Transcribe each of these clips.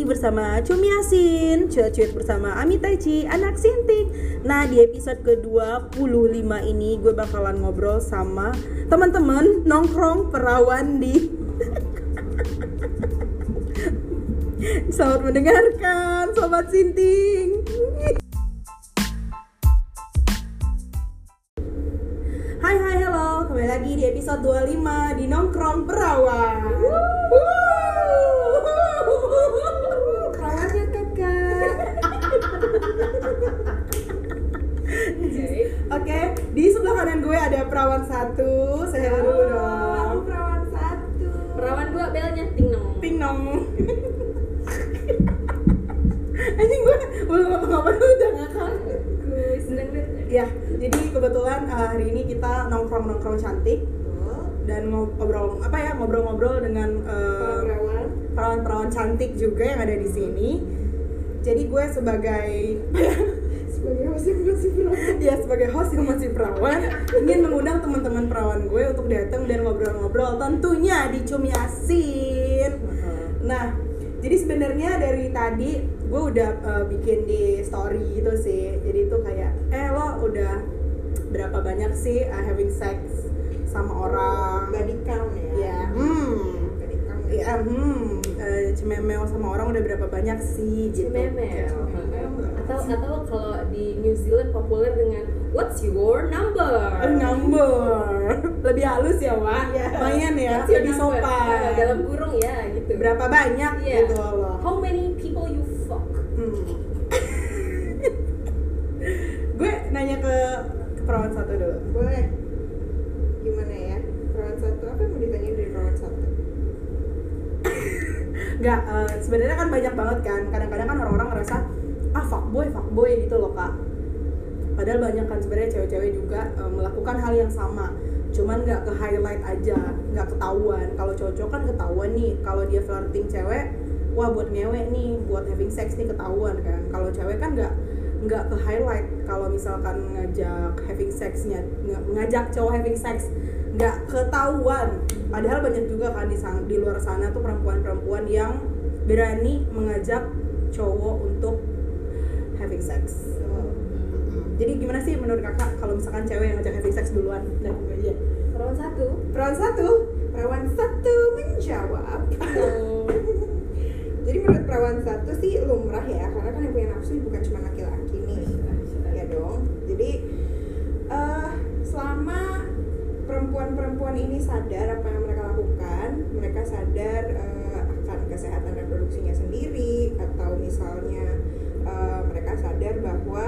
lagi bersama Cumi Asin, cuit bersama Ami Taichi, anak sinting. Nah, di episode ke-25 ini gue bakalan ngobrol sama teman-teman nongkrong perawan di Selamat mendengarkan, Sobat Sinting. Hai, hello. Kembali lagi di episode 25 di Nongkrong Perawan. Perawannya kakak. Oke, di sebelah kanan gue ada perawan satu. Saya dulu dong. Aku perawan satu. Perawan dua belnya ting nong. Ting nong. Anjing gue belum ngapa-ngapain lu udah ngakak. Gue seneng deh. Ya, jadi kebetulan hari ini kita nongkrong cantik dan ngobrol-ngobrol dengan perawan cantik juga yang ada di sini. Jadi gue sebagai host yang masih perawan. Ya, sebagai host yang masih perawan ingin mengundang teman-teman perawan gue untuk datang dan ngobrol-ngobrol tentunya di Cumi Asin. Nah, jadi sebenarnya dari tadi gue udah bikin di story gitu sih. Jadi itu kayak lo udah berapa banyak sih having sex sama orang? Body count ya. Body count. Ya, cememel sama orang udah berapa banyak sih gitu. Cememel. Atau kalau di New Zealand populer dengan what's your number? Lebih halus ya, Wak. Lumayan ya, lebih sopan. Dalam kurung ya gitu. Berapa banyak gitu loh. How many people you fuck? Gue nanya ke perawan satu dulu. Boleh. Gimana ya? Perawan satu, apa yang mau ditanya dari perawan satu? Enggak, sebenarnya kan banyak banget kan. Kadang-kadang kan orang-orang ngerasa fuckboy gitu loh, Kak. Padahal banyak kan sebenarnya cewek-cewek juga melakukan hal yang sama. Cuman nggak ke highlight aja, nggak ketahuan. Kalau cowok kan ketahuan nih. Kalau dia flirting cewek, wah buat ngewek nih, buat having sex nih ketahuan kan. Kalau cewek kan nggak ke highlight. Kalau misalkan ngajak cowok having sex nggak ketahuan. Padahal banyak juga kan di luar sana tuh perempuan-perempuan yang berani mengajak cowok untuk having sex. Jadi gimana sih menurut kakak kalau misalkan cewek yang ngajak having sex duluan dan gue aja? Perawan satu menjawab. Jadi menurut perawan satu sih lumrah ya, karena kan yang punya nafsu bukan cuma laki-laki nih, ya dong. Jadi selama perempuan-perempuan ini sadar apa yang mereka lakukan, mereka sadar akan kesehatan reproduksinya sendiri, atau misalnya mereka sadar bahwa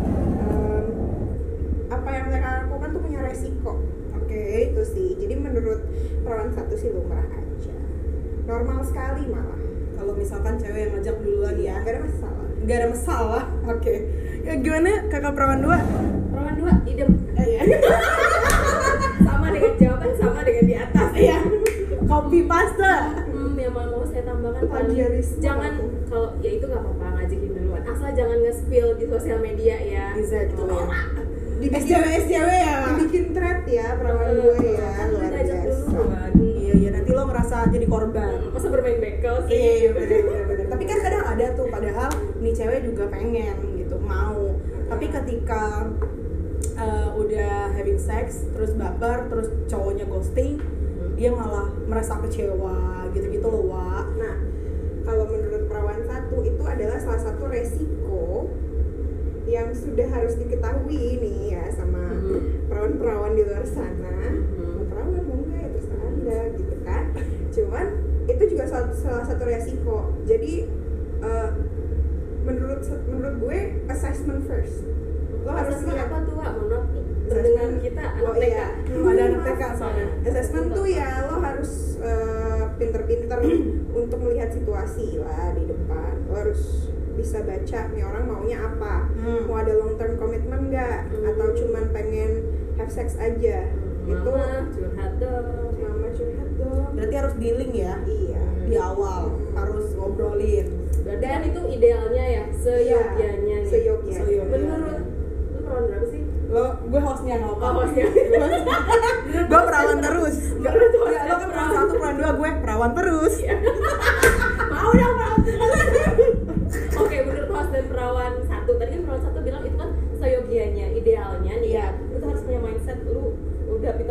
apa yang mereka lakukan tuh punya resiko. Itu sih. Jadi menurut perawan satu sih lumrah aja, normal sekali malah. Kalau misalkan cewek yang ngajak duluan ya, Gak ada masalah. Oke. Ya, gimana kakak perawan dua? Perawan dua idem. Iya. Sama dengan jawaban, sama dengan di atas. Iya. Copy paste. Yang mau saya tambahkan jangan, kalau ya itu nggak apa-apa ngajakin duluan, asal jangan nge-spill di sosial media ya. Exactly. Dibikin SJW ya. Dibikin thread ya perawan gue ya. Luar ngajak biasa. duluan. Iya, nanti lo ngerasa jadi korban. Masa bermain bekel sih? Iya, bener. Tapi kan kadang ada tuh, padahal nih cewek juga pengen gitu, mau. Tapi ketika udah having sex, terus baper, terus cowoknya ghosting, dia malah merasa kecewa gitu-gitu loh, Wak. Nah, kalau menurut perawan satu itu adalah salah satu resiko yang sudah harus diketahui nih ya sama perawan-perawan di luar sana. Mau perawan mau enggak ya terserah Anda gitu kan. Cuman itu juga salah satu resiko. Jadi menurut gue assessment first. Lo harus lihat apa tuh, Wak? Menurut pendengar kita anak TK. Ada anak TK soalnya. Assessment tuh ya lo harus pinter-pinter untuk melihat situasi lah di depan. Lo harus bisa baca nih orang maunya apa. Mau ada long term commitment nggak? Atau cuman pengen have sex aja? Itu Mama curhat dong. Berarti harus dealing ya. Iya. Di awal harus ngobrolin. Berarti kan itu idealnya ya, seyogyanya nih. Seyogyanya. Menurut lu perawan berapa sih? Gue hostnya nggak apa. Hostnya. Gue perawan terus. Lo kan perawan satu, perawan dua, gue perawan terus. Mau dong perawan.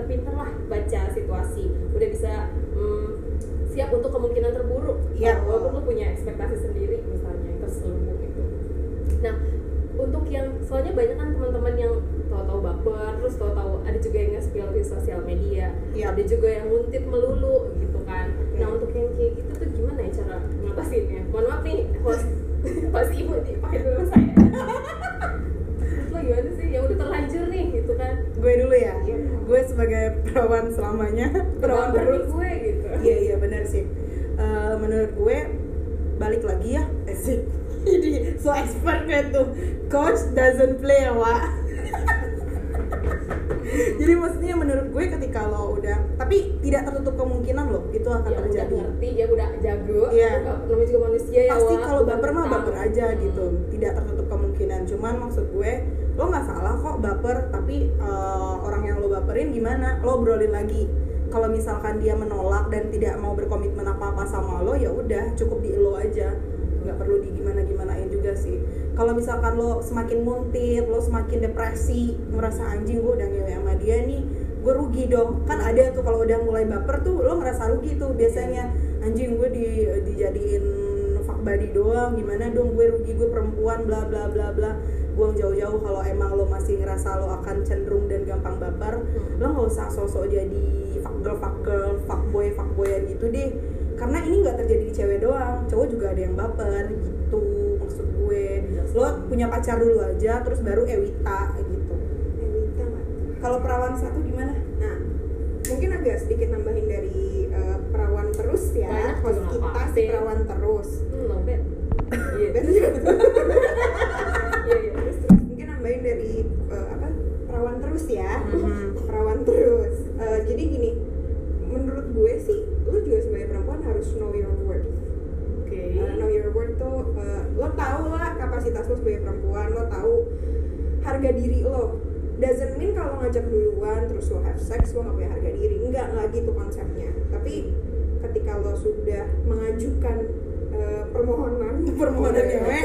pinter-pinter lah baca situasi, udah bisa siap untuk kemungkinan terburuk. Iya. Walaupun lo punya ekspektasi sendiri misalnya terselubung itu. Nah, untuk yang soalnya banyak kan teman-teman yang tahu-tahu baper, terus tahu-tahu ada juga yang nge-spill di sosial media, ada juga yang nguntit melulu gitu kan. Nah, untuk yang kayak gitu tuh gimana ya cara ngatasinnya? Mohon maaf nih, host pasti ibu dipakai dulu saya. Lo gimana sih? Ya udah terlanjur nih gitu kan. Gue dulu ya. Gue sebagai perawan selamanya, perawan terus gue gitu. Iya benar sih. Menurut gue balik lagi ya, sih. Jadi so expert gue tuh. Coach doesn't play ya, Wak. Jadi maksudnya menurut gue ketika lo udah, tapi tidak tertutup kemungkinan lo itu akan ya, terjadi. Udah ngerti, ya udah jago. Iya. Namanya juga manusia ya. Pasti kalau baper mah baper aja gitu. Tidak tertutup kemungkinan. Cuman maksud gue lo nggak salah kok baper, tapi orang yang lo baperin gimana? Lo obrolin lagi. Kalau misalkan dia menolak dan tidak mau berkomitmen apa-apa sama lo, ya udah cukup di lo aja, nggak perlu di gimanain juga sih. Kalau misalkan lo semakin muntit, lo semakin depresi, merasa anjing gue udah ngewe sama dia nih, gue rugi dong. Kan ada tuh kalau udah mulai baper tuh lo ngerasa rugi tuh biasanya, anjing gue dijadiin fuck buddy doang, gimana dong gue rugi, gue perempuan bla bla bla bla. Buang jauh-jauh kalau emang lo masih ngerasa lo akan cenderung dan gampang baper, lo nggak usah sosok jadi fuck girl, fuckboyan gitu deh. Karena ini nggak terjadi di cewek doang, cowok juga ada yang baper gitu. Maksud gue, lo punya pacar dulu aja, terus baru Ewita gitu. Ewita nggak? Kalau perawan satu gimana? Nah, mungkin agak sedikit nambahin dari perawan terus ya. Banyak Host juga kita nggak si perawan terus. No bet. Iya. Iya. Terus. Mungkin nambahin dari perawan terus ya. Perawan terus. Jadi gini, menurut gue sih, lo juga sebagai perempuan harus know your worth. Oke. Know your worth tuh, lo tahu lah kapasitas lo sebagai perempuan, lo tahu harga diri lo. Doesn't mean kalau ngajak duluan terus lo have sex lo nggak punya harga diri, enggak gitu konsepnya. Tapi ketika lo sudah mengajukan permohonan nyewe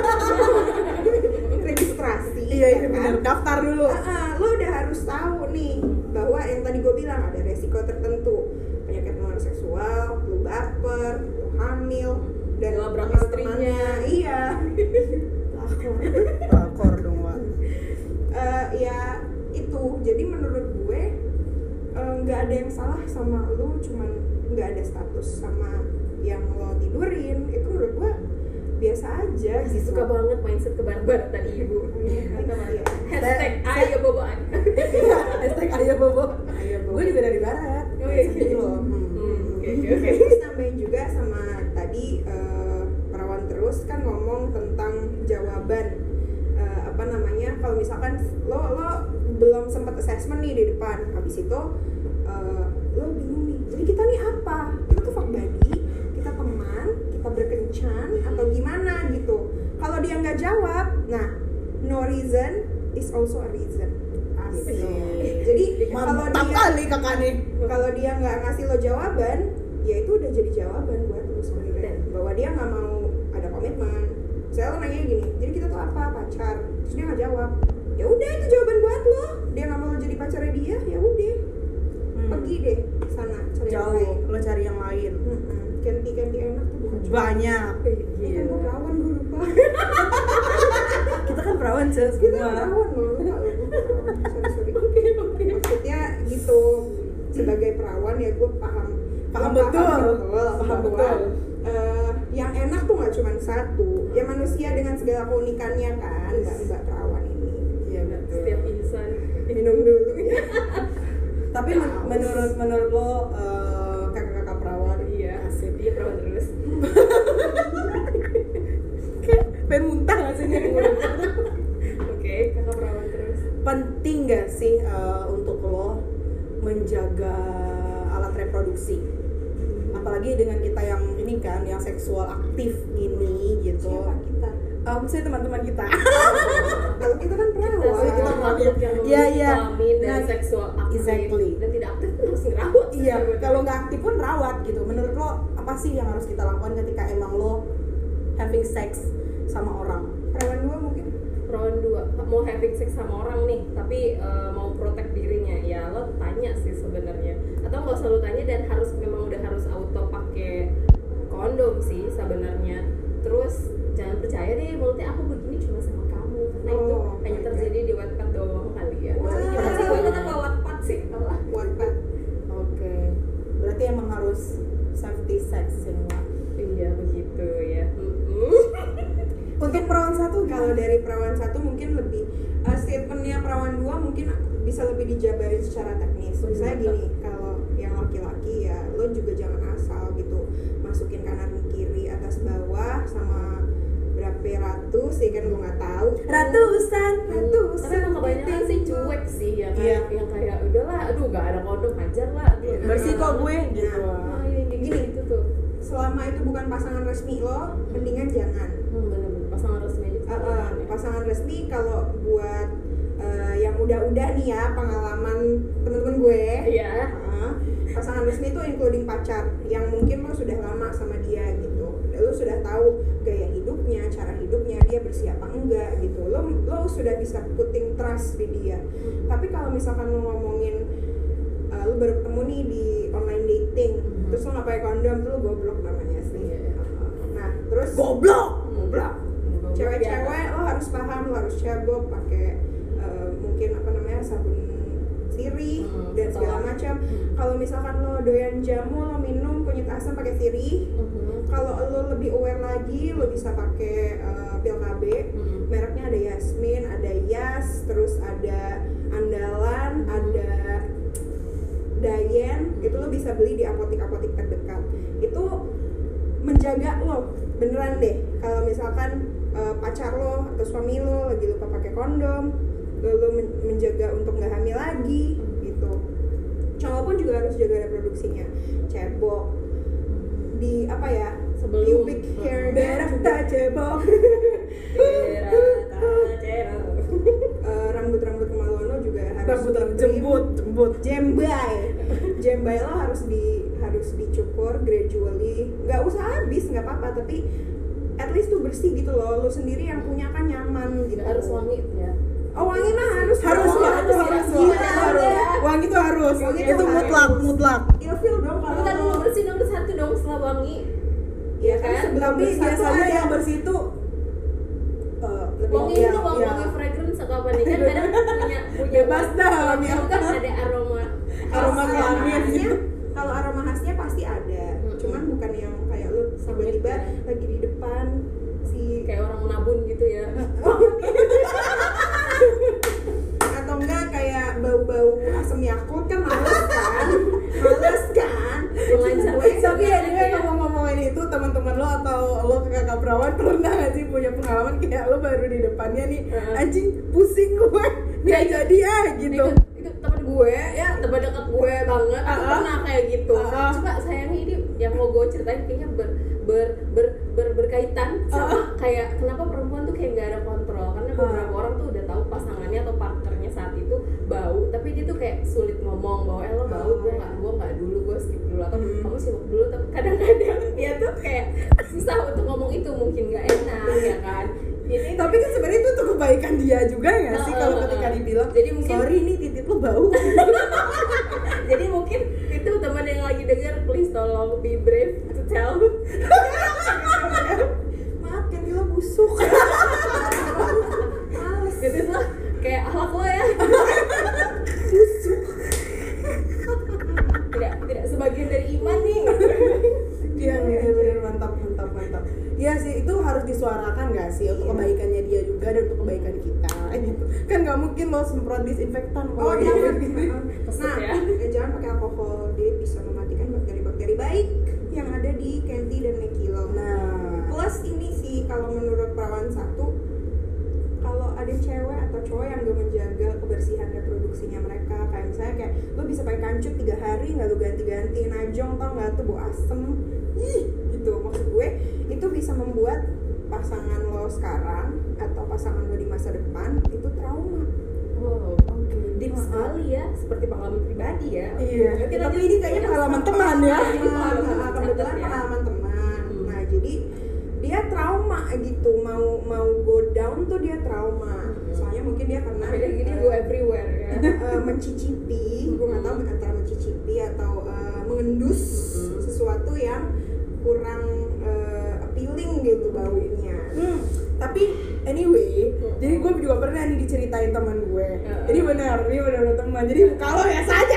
registrasi, Iya kan? benar, daftar dulu. Lo udah harus tahu nih bahwa yang tadi gue bilang ada resiko tertentu, penyakit menular seksual, lo baper, lo hamil, dan Labrak teman-temannya. Iya. Lakor dong, Wak. Ya itu, jadi menurut gue nggak ada yang salah sama lo, cuman nggak ada status sama yang lo tidurin, itu menurut gue biasa aja gitu. Suka banget mindset ke barat tadi ibu. Iya. Hashtag ayo boboan. Hashtag ayo bobo. Ayo, Bobo. Gue juga dari barat. Oh, iya. Gitu loh. Oke. Terus nambahin juga sama tadi perawan terus kan ngomong tentang jawaban kalau misalkan lo belum sempat assessment nih di depan, habis itu lo bingung nih, jadi kita nih apa? Kita tuh fuck buddy, kita teman, kita berkencan atau gimana gitu. Kalau dia nggak jawab, nah no reason is also a reason. Asik. Jadi kalau dia nggak ngasih lo jawaban, ya itu udah jadi jawaban buat lo sebenarnya bahwa dia nggak mau ada komitmen. Saya lo nanya gini, jadi kita tuh apa, pacar? Terus dia nggak jawab, ya udah itu jawaban buat lo. Dia nggak mau lo jadi pacarnya dia, ya udah pergi deh sana cari yang lain. Jauh, lo cari yang lain. Candy enak tuh bukan cuma. Banyak. Kita kan perawan, gue lupa. Kita kan perawan Kita semua. perawan lo, lupa lo. Sorry. Maksudnya gitu, sebagai perawan ya gue paham betul. Yang enak tuh nggak cuma satu, ya manusia dengan segala keunikannya kan, mbak perawan ini. Iya betul. Setiap insan Minum dulu ya. Tapi menurut lo kakak-kakak perawan? iya Asik. dia perawan terus. Kayak pengen muntah nggak sih nih? Oke, kakak perawan terus. Penting nggak sih untuk lo menjaga alat reproduksi? Apalagi dengan kita yang ini kan, yang seksual aktif ini gitu. Siapa kita? Maksudnya teman-teman kita. Kalau kita kan perawan. kita Kita perawan. makhluk yang Iya, memiliki iya. kelamin dan Nah, seksual aktif exactly. dan tidak aktif pun harus ngerawat. Iya, kalau nggak aktif pun rawat gitu. Menurut lo apa sih yang harus kita lakukan ketika emang lo having sex sama orang? Perawan dua mungkin. perawan 2 mau having sex sama orang nih tapi mau protect dirinya, ya lo tanya sih sebenarnya, atau nggak usah lo tanya dan memang udah harus auto pakai kondom sih sebenarnya. Terus jangan percaya deh mulutnya aku begini cuma sama kamu, karena itu hanya terjadi di Wattpad doang kali ya. Gimana sih gue tetap Wattpad sih kalau Wattpad. Oke, berarti emang harus safety sex semua. iya begitu ya. Untuk perawan 1 Kalau dari perawan 1 mungkin lebih statementnya perawan 2 mungkin bisa lebih dijabarin secara teknis. Misalnya gini, kalau yang laki-laki ya lo juga jangan asal gitu masukin kanan kiri atas bawah sama berapa ratus ya kan, gue nggak tahu ratusan. Tapi emang kebanyakan sih cuek sih ya kayak yang kayak udahlah, aduh gak ada kondom hajar lah. Bersih kok gue gitu. Ah, yang kayak Gini. gitu tuh. selama itu bukan pasangan resmi lo mendingan jangan. Bener-bener pasangan resmi aja. Pasangan resmi kalau buat yang udah-udah nih ya pengalaman temen-temen gue. Iya. Pasangan resmi itu including pacar yang mungkin lo sudah lama sama dia gitu. Lo sudah tahu gaya hidupnya, cara hidupnya, dia bersih apa enggak gitu. Lo sudah bisa putting trust di dia. Tapi kalau misalkan lo ngomongin lo baru ketemu nih di online dating, terus lo nggak pakai kondom, tuh lo goblok namanya sih. Nah, terus goblok. Cewek-cewek lo harus paham, lo harus cebok pakai mungkin apa namanya sabun sirih dan segala macam. Kalau misalkan lo doyan jamu, lo minum kunyit asam pakai sirih. Kalau lo lebih aware lagi, lo bisa pakai pil KB. Mereknya ada Yasmin, ada Yas, terus ada Andalan, ada Dayen. Itu lo bisa beli di apotek-apotek terdekat. Itu menjaga lo beneran deh. Kalau misalkan pacar lo atau suami lo lagi lupa pakai kondom, lo menjaga untuk nggak hamil lagi gitu. Cowok pun juga harus jaga reproduksinya, cebok di apa ya, sebelum pubic hair berak tak cebok. Rambut-rambut kemaluan lo juga harus jembut jembai lo harus dicukur gradually, nggak usah habis nggak apa-apa, tapi at least tuh bersih gitu loh, lo sendiri yang punya kan nyaman gitu. Harus wangi ya. Oh, wangi mah harus wangi tuh harus. Itu mutlak. Ilfil dong kalau Kita dulu bersih nomor 1 dong setelah wangi. ya kan. Tapi biasanya yang bersih itu Wangi itu wangi fragrance atau apa nih? Kan kadang punya bebas dah wangi kan ada aroma kelamin gitu. Kalau aroma khasnya pasti ada, cuman bukan yang kayak lu tiba-tiba lagi di depan si kayak orang menabun gitu ya. atau enggak kayak bau-bau asam Yakult kan males kan Lancar. Tapi ya dia ngomong-ngomongin itu, teman-teman lo atau lo kakak perawan pernah nggak sih punya pengalaman kayak lo baru di depannya nih anjing pusing gue nggak jadi gitu. Itu teman gue ya, teman dekat gue banget. Aku pernah kayak gitu. Coba sayangnya ini yang mau gue ceritain kayaknya berkaitan sama kayak kenapa perempuan tuh kayak nggak ada kontrol, karena beberapa orang tuh udah tahu pasangannya atau partnernya saat itu bau, tapi dia tuh kayak sulit ngomong bahwa lo bau, gue nggak dulu, gue skip dulu atau kamu sibuk dulu, tapi kadang-kadang dia tuh kayak susah untuk ngomong itu, mungkin nggak enak ya kan. Jadi Tapi kan sebenarnya itu tuh kebaikan dia juga nggak sih kalau ketika dibilang jadi mungkin sorry nih titik lo bau. jadi mungkin itu teman yang lagi denger, please tolong be brave to tell. maaf kan lo busuk. Males gitu tuh kayak akhlak lo ya. tidak sebagian dari iman nih. Iya benar mantap. Iya sih, itu harus disuarakan nggak sih untuk kebaikannya dia juga dan untuk kebaikan kita gitu. Kan nggak mungkin lo semprot disinfektan kalau Jangan. Kesel ya. Jangan pakai alkohol, dia bisa mematikan bakteri-bakteri baik yang ada di Kenti dan Mekilo. Nah, Plus ini sih kalau menurut perawan 1, kalau ada cewek atau cowok yang gak menjaga kebersihan reproduksinya mereka, kayak misalnya kayak lo bisa pakai kancut 3 hari nggak lo ganti-ganti, najong tau nggak tuh bau asem, gitu. Maksud gue itu bisa membuat pasangan lo sekarang atau pasangan lo di masa depan itu trauma. Wow, deep sekali ya, seperti pengalaman pribadi ya. iya. Tapi ini kayaknya pengalaman teman ya. Kebetulan pengalaman teman. Nah, jadi dia dia trauma gitu, mau go down tuh dia trauma. Soalnya mungkin dia karena kayak gini go everywhere ya. Mencicipi, gue nggak tahu antara mencicipi atau mengendus sesuatu yang kurang appealing gitu baunya. Tapi anyway, jadi gue juga pernah nih diceritain teman gue. Jadi benar teman. Jadi kalau ya saja.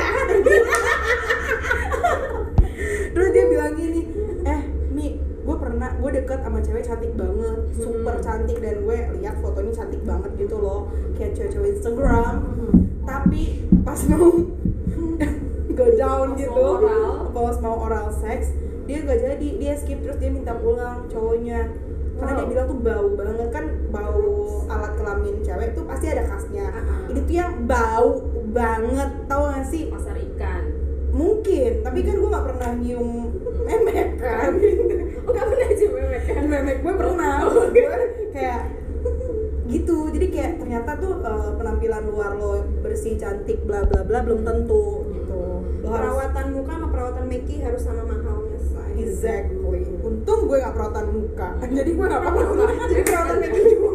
Terus dia bilang gini, Mi, gue deket sama cewek cantik banget, super cantik, dan gue lihat fotonya cantik banget gitu loh, kayak cewek-cewek Instagram. Tapi pas mau go down gitu, pas mau oral sex, dia gak jadi, dia skip, terus dia minta pulang cowoknya. Karena dia bilang tuh bau banget, kan bau alat kelamin cewek tuh pasti ada khasnya. Ini tuh yang bau banget, tau gak sih? Pasar ikan. Mungkin, tapi kan gue gak pernah nyium memek kan. Oh gak pernah nyium memek kan? Memek gue pernah, kayak gitu. Jadi kayak ternyata tuh penampilan luar lo bersih, cantik, bla bla bla belum tentu gitu. Perawatan muka sama perawatan Meki harus sama mahalnya, say. Exactly. Untung gue gak perawatan muka, jadi gue gak apa-apa. Jadi perawatan Meki juga.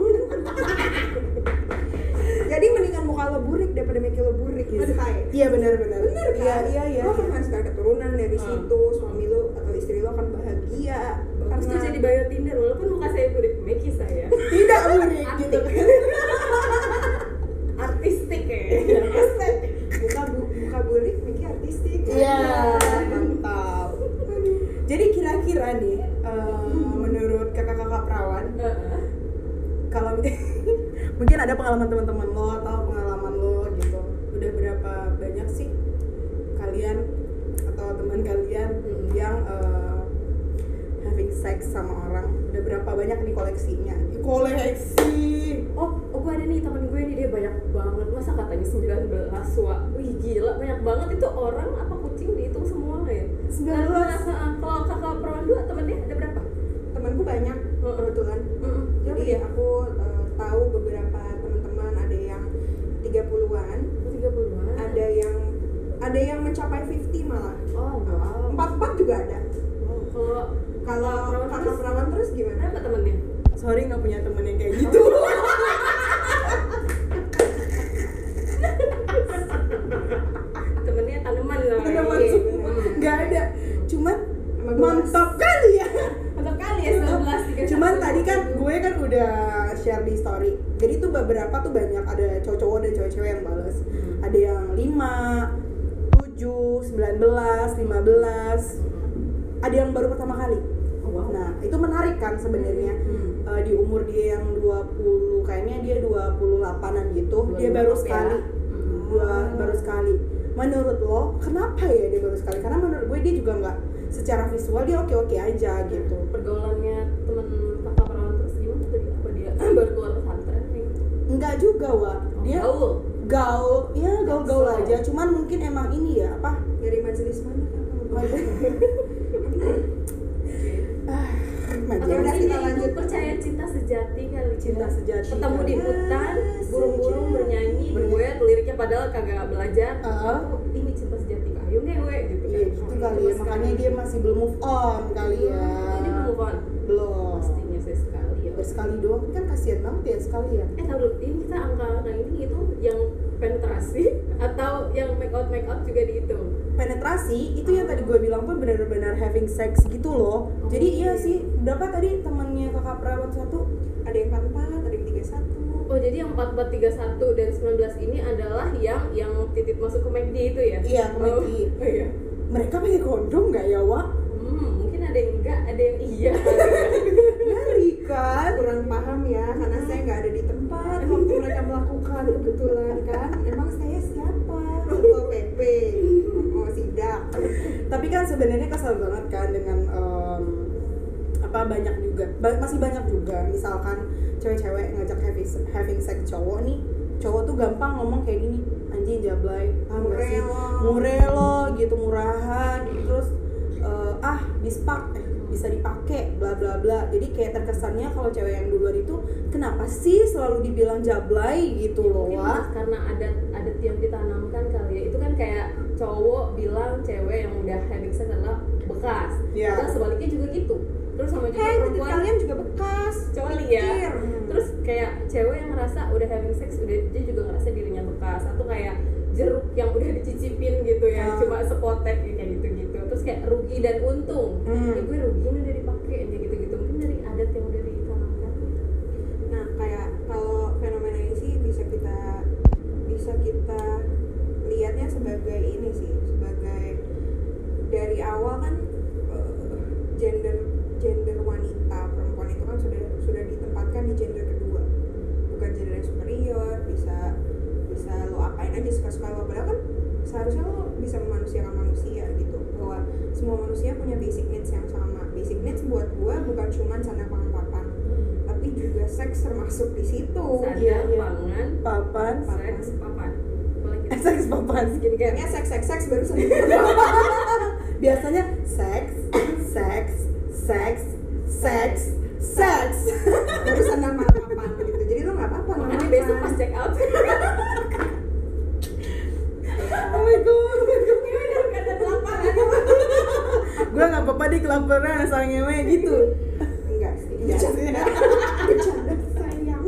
Jadi mendingan muka lo burik daripada Meki lo burik, say. Iya benar. Bener kan? Iya. Lo akan menghasilkan keturunan dari situ, suami lo atau istri lo akan bahagia. Harus tuh jadi bio Tinder, walaupun muka saya burik, Meki saya tidak burik gitu kan. artistik ya. Muka burik, Meki artistik. Iya, mantap. Jadi kira-kira nih, menurut kakak-kakak perawan, kalau mungkin ada pengalaman teman-teman lo atau pengalaman lo gitu, udah berapa banyak sih kalian atau teman kalian yang having sex sama orang? Udah berapa banyak nih koleksinya? Koleksi. Oh, gue ada nih temen gue nih, dia banyak banget. Masa katanya 19 wah. Wih gila, banyak banget itu orang apa kucing dihitung semua ya? 19. Kalau kakak perawan 2 temennya ada berapa? Temanku banyak kebetulan. Jadi aku tahu beberapa teman-teman, ada yang 30-an, 30-an. ada yang mencapai 50 malah. Oh, wow. 44 juga ada. Kalau Kalau perawan terus gimana? apa temennya? Sorry, nggak punya temen yang kayak gitu. Temennya tanaman lah. Tanaman semua. Nggak ada. Cuman mantap kali ya. Mantap kali ya 19 Cuman tadi kan gue kan udah share di story. Jadi tuh beberapa tuh banyak, ada cowok-cowok dan cewek-cewek yang balas. Ada yang 5, 7, 19, 15. Ada yang baru pertama kali. Nah, itu menarik kan sebenarnya. Di umur dia yang 20, kayaknya dia 28-an gitu. Dia baru sekali. Baru sekali. Menurut lo, kenapa ya dia baru sekali? Karena menurut gue dia juga nggak, secara visual dia oke-oke aja gitu. Pergaulannya temen kakak perawan terus gimana tadi? Apa dia baru keluar pesantren nih? Enggak juga, Wak. Dia gaul, ya gaul-gaul aja. Cuman mungkin emang ini ya, apa? Dari majelis mana? Udah kita lanjut. Percaya cinta sejati kali. Cinta sejati. Ketemu di hutan, burung-burung bernyanyi, duet, liriknya padahal kagak belajar. Ini cinta sejati kayu ngewe gitu kan. Iya gitu kali ya, makanya dia masih belum move on kali ya. Ini belum move on. Belum. Pastinya saya sekali ya. Bersekali doang kan kasihan banget ya sekali ya. Tahu ini kita angka ini itu yang penetrasi atau yang make out juga dihitung? Penetrasi itu yang tadi gue bilang tuh benar-benar having sex gitu loh. Jadi iya sih, berapa tadi temannya kakak perawan satu? Ada yang 44, ada yang 31. Oh jadi yang 44, 31 dan 19 ini adalah yang titik masuk ke McD itu ya? Iya, ke McD. Oh iya. Mereka pakai kondom nggak ya, Wak? Mungkin ada yang enggak, ada yang iya. Ngeri kan? Kurang paham ya, karena saya nggak ada di tempat waktu mereka melakukan kebetulan kan. Emang saya siapa? Ketua PP, sidak. Tapi kan sebenarnya kesel banget kan dengan banyak juga, masih banyak juga. Misalkan cewek-cewek ngajak having sex cowok nih, cowok tuh gampang ngomong kayak gini, anjing jablay, murelo gitu, murahan, terus bispak bisa dipakai bla bla bla. Jadi kayak terkesannya kalau cewek yang duluan itu kenapa sih selalu dibilang jablay gitu loh, Wak? Karena adat yang ditanamkan kali ya. Itu kan kayak cowok bilang cewek yang udah having sex adalah bekas. Yeah. Dan sebaliknya juga gitu. terus sama juga titik perempuan kalian juga bekas coli mikir. ya. Terus kayak cewek yang ngerasa udah having sex udah dia juga ngerasa dirinya bekas, atau kayak jeruk yang udah dicicipin gitu ya, cuma sepotek kayak gitu-gitu. Terus kayak rugi dan untung. Ya gue rugi ini udah dipakai kayak gitu-gitu. Mungkin dari adat yang udah ditanamkan. Nah, kayak kalau fenomena ini sih bisa kita lihatnya sebagai ini sih, sebagai dari awal kan gender wanita perempuan itu kan sudah ditempatkan di gender kedua, bukan gender yang superior. Bisa lo apain aja suka-suka lo, padahal kan seharusnya lo bisa memanusiakan manusia gitu, bahwa semua manusia punya basic needs yang sama. Basic needs buat gua bukan cuma sandang pangan papan, tapi juga seks termasuk di situ. Sandang, pangan, papan, seks, papan. seks papan. Kayaknya seks baru sendiri. Biasanya seks baru sandang pangan papan gitu. Jadi lo nggak apa-apa. Makanya besok pas check out. Oh my god. Gue nggak apa-apa di kelaparan asal ngewe gitu. Enggak sih. Bercanda sayang.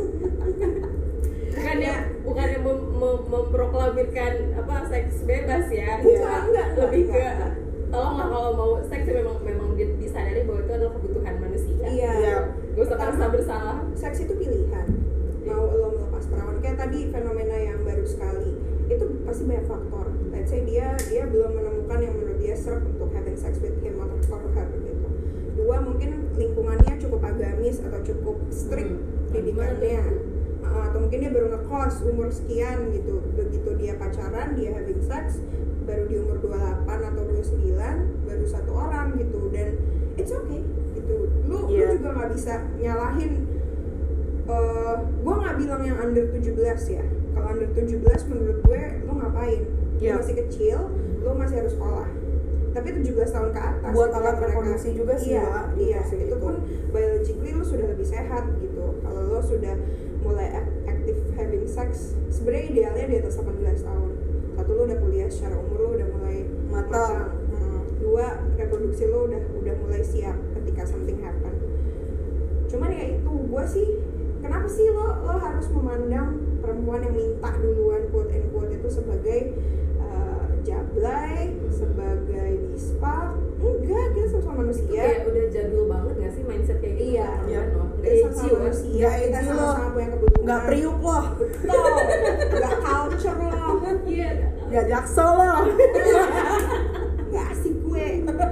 Bukannya memproklamirkan apa seks bebas ya. Enggak. Lebih ke tolonglah kalau mau seks memang disadari bahwa itu adalah kebutuhan manusia. Iya. Gak usah merasa bersalah. Seks itu pilihan. Mau lo melepas perawan, kayak tadi fenomena yang baru sekali, itu pasti banyak faktor. Let's say dia belum menemukan yang menurut dia serap untuk having sex with him or her gitu. Dua, mungkin lingkungannya cukup agamis atau cukup strict didikannya. Atau mungkin dia baru ngekos umur sekian gitu. Begitu dia pacaran, dia having sex baru di umur 28 atau 29 baru satu orang gitu, dan it's okay gitu. Lu juga nggak bisa nyalahin. Gue nggak bilang yang under 17 ya. Kalau under 17 menurut gue lo ngapain? Lo masih kecil, lo masih harus sekolah. Tapi 17 tahun ke atas buat alat reproduksi juga sih. Iya, itu pun biologically lo sudah lebih sehat gitu. Kalau lo sudah mulai active having sex, sebenarnya idealnya di atas 18 tahun. Satu, lo udah kuliah, secara umur lo udah mulai matang. Dua, reproduksi lo udah mulai siap ketika something happen. Cuman ya itu, gue sih kenapa sih lo harus memandang perempuan yang minta duluan quote and quote itu sebagai jablay, sebagai bispa? Enggak, kita sama manusia. Itu kayak udah jadul banget nggak sih mindset kayak gitu? Iya. Nggak edgy manusia, kita sama-sama punya kebutuhan. Nggak priuk loh. Betul. Nggak culture loh. Iya. Nggak jaksel loh. Nggak asik gue.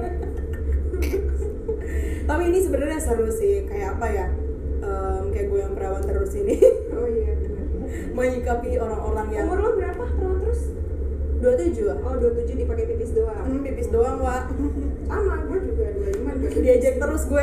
Tapi ini sebenarnya seru sih, kayak apa ya? Kayak gue yang perawan terus ini. Oh iya benar. Menyikapi orang-orang yang umur lo berapa perawan terus? 27. Oh 27 dipakai pipis doang. Pipis doang, Wak. Sama, gue juga 25. Diajak terus gue.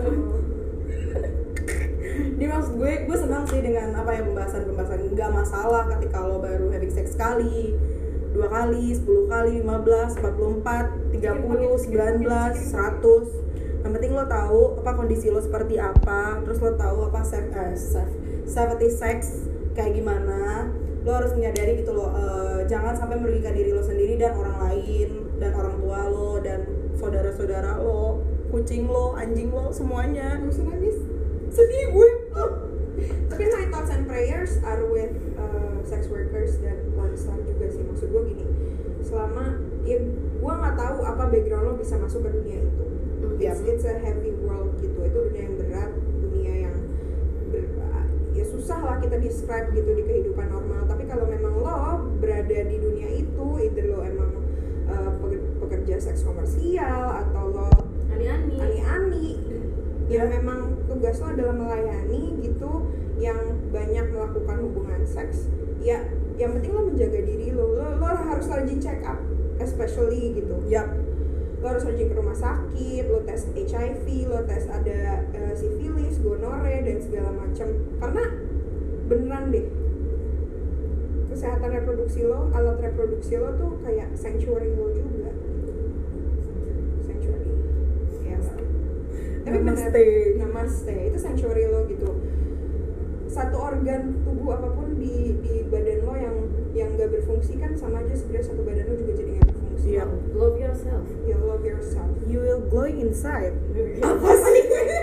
Ini maksud gue senang sih dengan apa ya, pembahasan nggak masalah ketika lo baru having sex sekali, 2 kali, 10 kali, 15, 44, 30, 19, 100. Yang penting lo tahu apa kondisi lo seperti apa, terus lo tahu apa safety sex kayak gimana. Lo harus menyadari gitu lo, jangan sampai merugikan diri lo sendiri dan orang lain, dan orang tua lo, dan saudara-saudara lo, kucing lo, anjing lo, semuanya. Gak usah nangis. Sedih gue. Tapi my thoughts and prayers are with sex workers dan porn star juga sih. Maksud gue gini, selama ya gue nggak tahu apa background lo bisa masuk ke dunia itu. It's a heavy world gitu. Itu dunia yang berat, dunia yang ya susah lah kita describe gitu di kehidupan normal. Tapi kalau memang lo berada di dunia itu, either lo emang pekerja seks komersial atau lo ani-ani yang memang tugas lo adalah melayani gitu, yang banyak melakukan hubungan seks, ya yang penting lo menjaga diri lo harus rajin check up, especially gitu. Lo harus rajin ke rumah sakit, lo tes HIV, lo tes ada sifilis, gonore dan segala macam. Karena beneran deh, kesehatan reproduksi lo, alat reproduksi lo tuh kayak sanctuary lo juga. Sanctuary. Ya. Tapi namaste. Itu sanctuary lo gitu. Satu organ tubuh apapun di badan lo yang nggak berfungsi kan sama aja sebenarnya satu badan lo juga jadi nggak berfungsi. Love yourself. You love yourself. You will glow inside. Apa sih?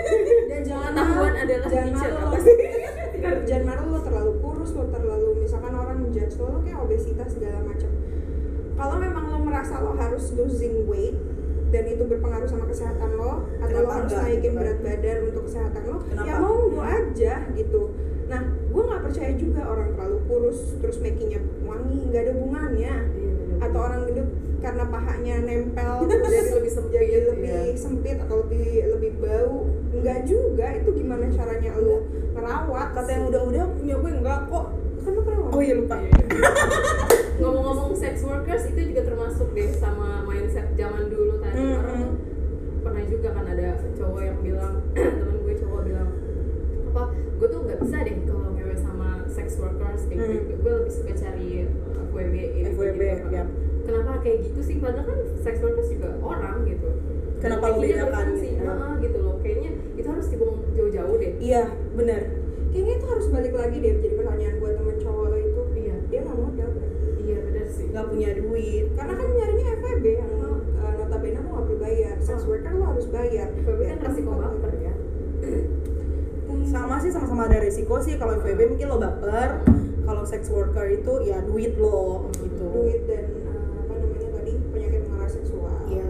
Dan jangan pengetahuan adalah jangan teacher malu apa lo. sih? Jangan malu lo terlalu kurus, lo terlalu misalkan orang menjudge lo kayak obesitas segala macam. Kalau memang lo merasa lo harus losing weight dan itu berpengaruh sama kesehatan lo, atau Kenapa lo harus enggak, naikin gitu kan? berat badan untuk kesehatan lo, Kenapa? ya monggo aja gitu. Nah, gue nggak percaya juga orang terlalu kurus terus makingnya wangi, nggak ada hubungannya. Atau orang gendut karena pahanya nempel terus Jadi lebih sempit, jadi lebih ya. sempit atau lebih bau, nggak juga. Itu gimana caranya lo merawat? Kata yang udah punya gue enggak kok. Kan lo perawat. Oh iya lupa. Ngomong-ngomong sex workers itu juga termasuk deh sama mindset zaman dulu tadi. Orang tuh pernah juga kan ada cowok yang bilang, temen gue cowok bilang apa, gue tuh nggak bisa deh kalau ngewe sama sex workers kayak gitu. Gue lebih suka cari FWB ini FWB, gitu. ya. Kenapa kayak gitu sih? Padahal kan sex workers juga orang gitu. Kenapa lo Kayaknya bedakan berfungsi, gitu? gitu loh. Kayaknya itu harus dibuang jauh-jauh deh. Iya, benar. Kayaknya itu harus balik lagi deh jadi pertanyaan buat temen cowok lo itu. Iya. Dia nggak modal berarti. Iya benar sih. Nggak punya duit. Karena kan nyarinya FWB yang notabene lo nggak perlu bayar. Sex worker lo harus bayar. FWB kan Biar resiko tempat baper ya. Sama sih, sama-sama ada resiko sih. Kalau FWB mungkin lo baper, kalau sex worker itu ya duit lo gitu. duit dan apa namanya tadi penyakit menular seksual. Iya.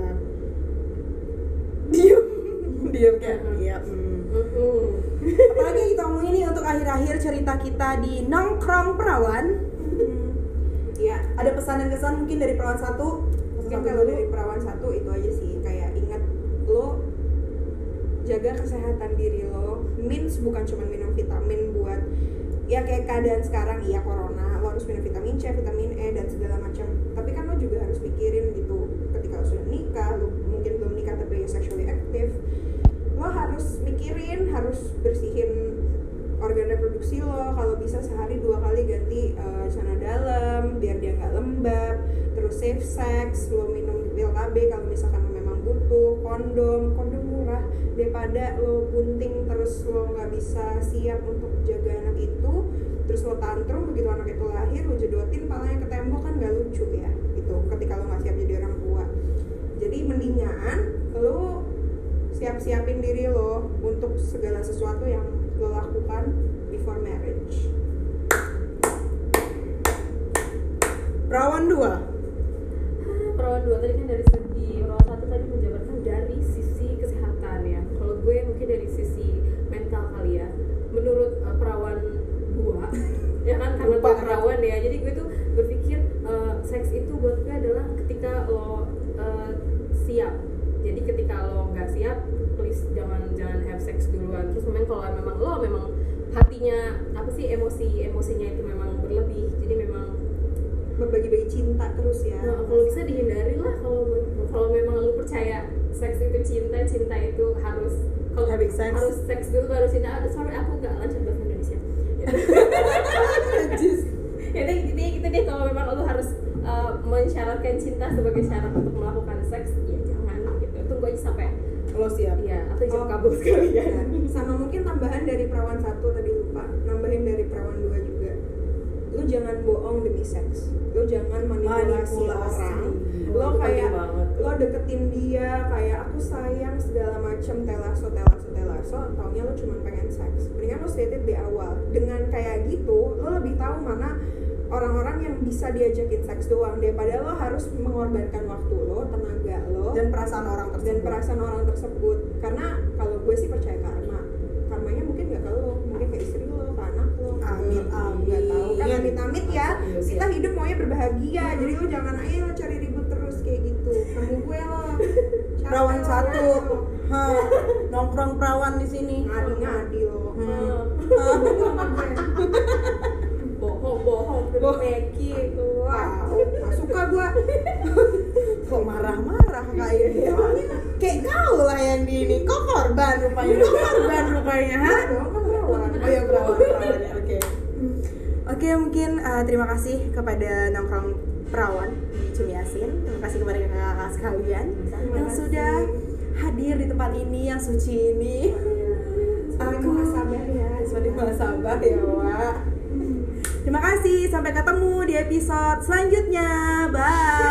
Diam kayak iya. Apalagi kita ngomongin nih untuk akhir-akhir cerita kita di Nongkrong Perawan. Iya. Ada pesan dan kesan mungkin dari perawan satu. Mungkin kalau dari perawan satu itu aja sih, kayak ingat lo jaga kesehatan diri lo. Means bukan cuma minum vitamin buat ya kayak keadaan sekarang, iya corona, lo harus minum vitamin C, vitamin E dan segala macam. Tapi kan lo juga harus mikirin gitu, ketika lo sudah nikah, lo mungkin belum nikah tapi sexually active, lo harus mikirin, harus bersihin organ reproduksi lo. Kalau bisa sehari 2 kali ganti celana dalam biar dia nggak lembab. Terus safe sex, lo minum pil KB kalau misalkan lo memang butuh. Kondom murah, daripada lo bunting terus lo nggak bisa siap untuk jaga anak itu, terus lo tantrum begitu anak itu lahir, lo jedotin palanya ke tembok, kan nggak lucu ya itu ketika lo nggak siap jadi orang tua. Jadi mendingan lo siap-siapin diri lo untuk segala sesuatu yang lo lakukan before marriage. Perawan 2. Perawan 2 tadi kan dari segi perawan 1 tadi menjabarkan dari sisi kesehatan ya. Kalau gue mungkin dari sisi mental kali ya. Menurut perawan 2 ya kan, karena gue perawan ya. Jadi gue tuh berpikir seks itu buat gue adalah ketika lo siap. Jadi ketika lo nggak siap, please jangan have sex duluan. Terus memang kalau memang hatinya apa sih, emosinya itu memang berlebih. Jadi memang Berbagi-bagi cinta terus ya. nah, kalau bisa dihindari lah. Kalau memang lu percaya seks itu cinta itu harus Having sex. harus seks dulu baru cinta. Sorry aku nggak lancar bahasa Indonesia. Jadi intinya gitu deh, kalau memang lu harus mensyaratkan cinta sebagai syarat untuk melakukan seks, ya jangan gitu. Tunggu aja sampai Lo siap. ya atau ijab kabul sekalian. Sama mungkin tambahan dari perawan 1 tadi lupa, nambahin dari perawan 2 juga. Lo jangan bohong demi seks. Lo jangan manipulasi orang. Lo kayak lo deketin dia kayak aku sayang segala macam, telaso, taunya lo cuma pengen seks. Mendingan lo stated di awal. Dengan kayak gitu, lo lebih tahu mana orang-orang yang bisa diajakin seks doang daripada lo harus mengorbankan waktu lo, tenaga lo, Dan perasaan orang tersebut. Karena kalau gue sih percaya karmanya mungkin nggak ke lo, mungkin ke istri lo, ke anak lo. Amin. Nggak tahu kan, amit-amit ya. Iya sih. Kita hidup maunya berbahagia, jadi lo jangan aja lo cari ribut terus kayak gitu. Nemu gue lo. Perawan 1. Nongkrong perawan di sini. Ngadi lo. Bohong Meki. Wow, nggak suka gue. Kok marah-marah kayak ini? Kayak kau lah yang di ini. Kok korban rupanya, ha? Dong kan perawan. Oh ya, perawan ya. Oke, mungkin terima kasih kepada Nongkrong Perawan di Cumiasin. Terima kasih kepada kakak-kakak sekalian yang sudah hadir di tempat ini yang suci ini. Aku sabar ya. Semakin sabar ya, Wak. Terima kasih, sampai ketemu di episode selanjutnya. Bye.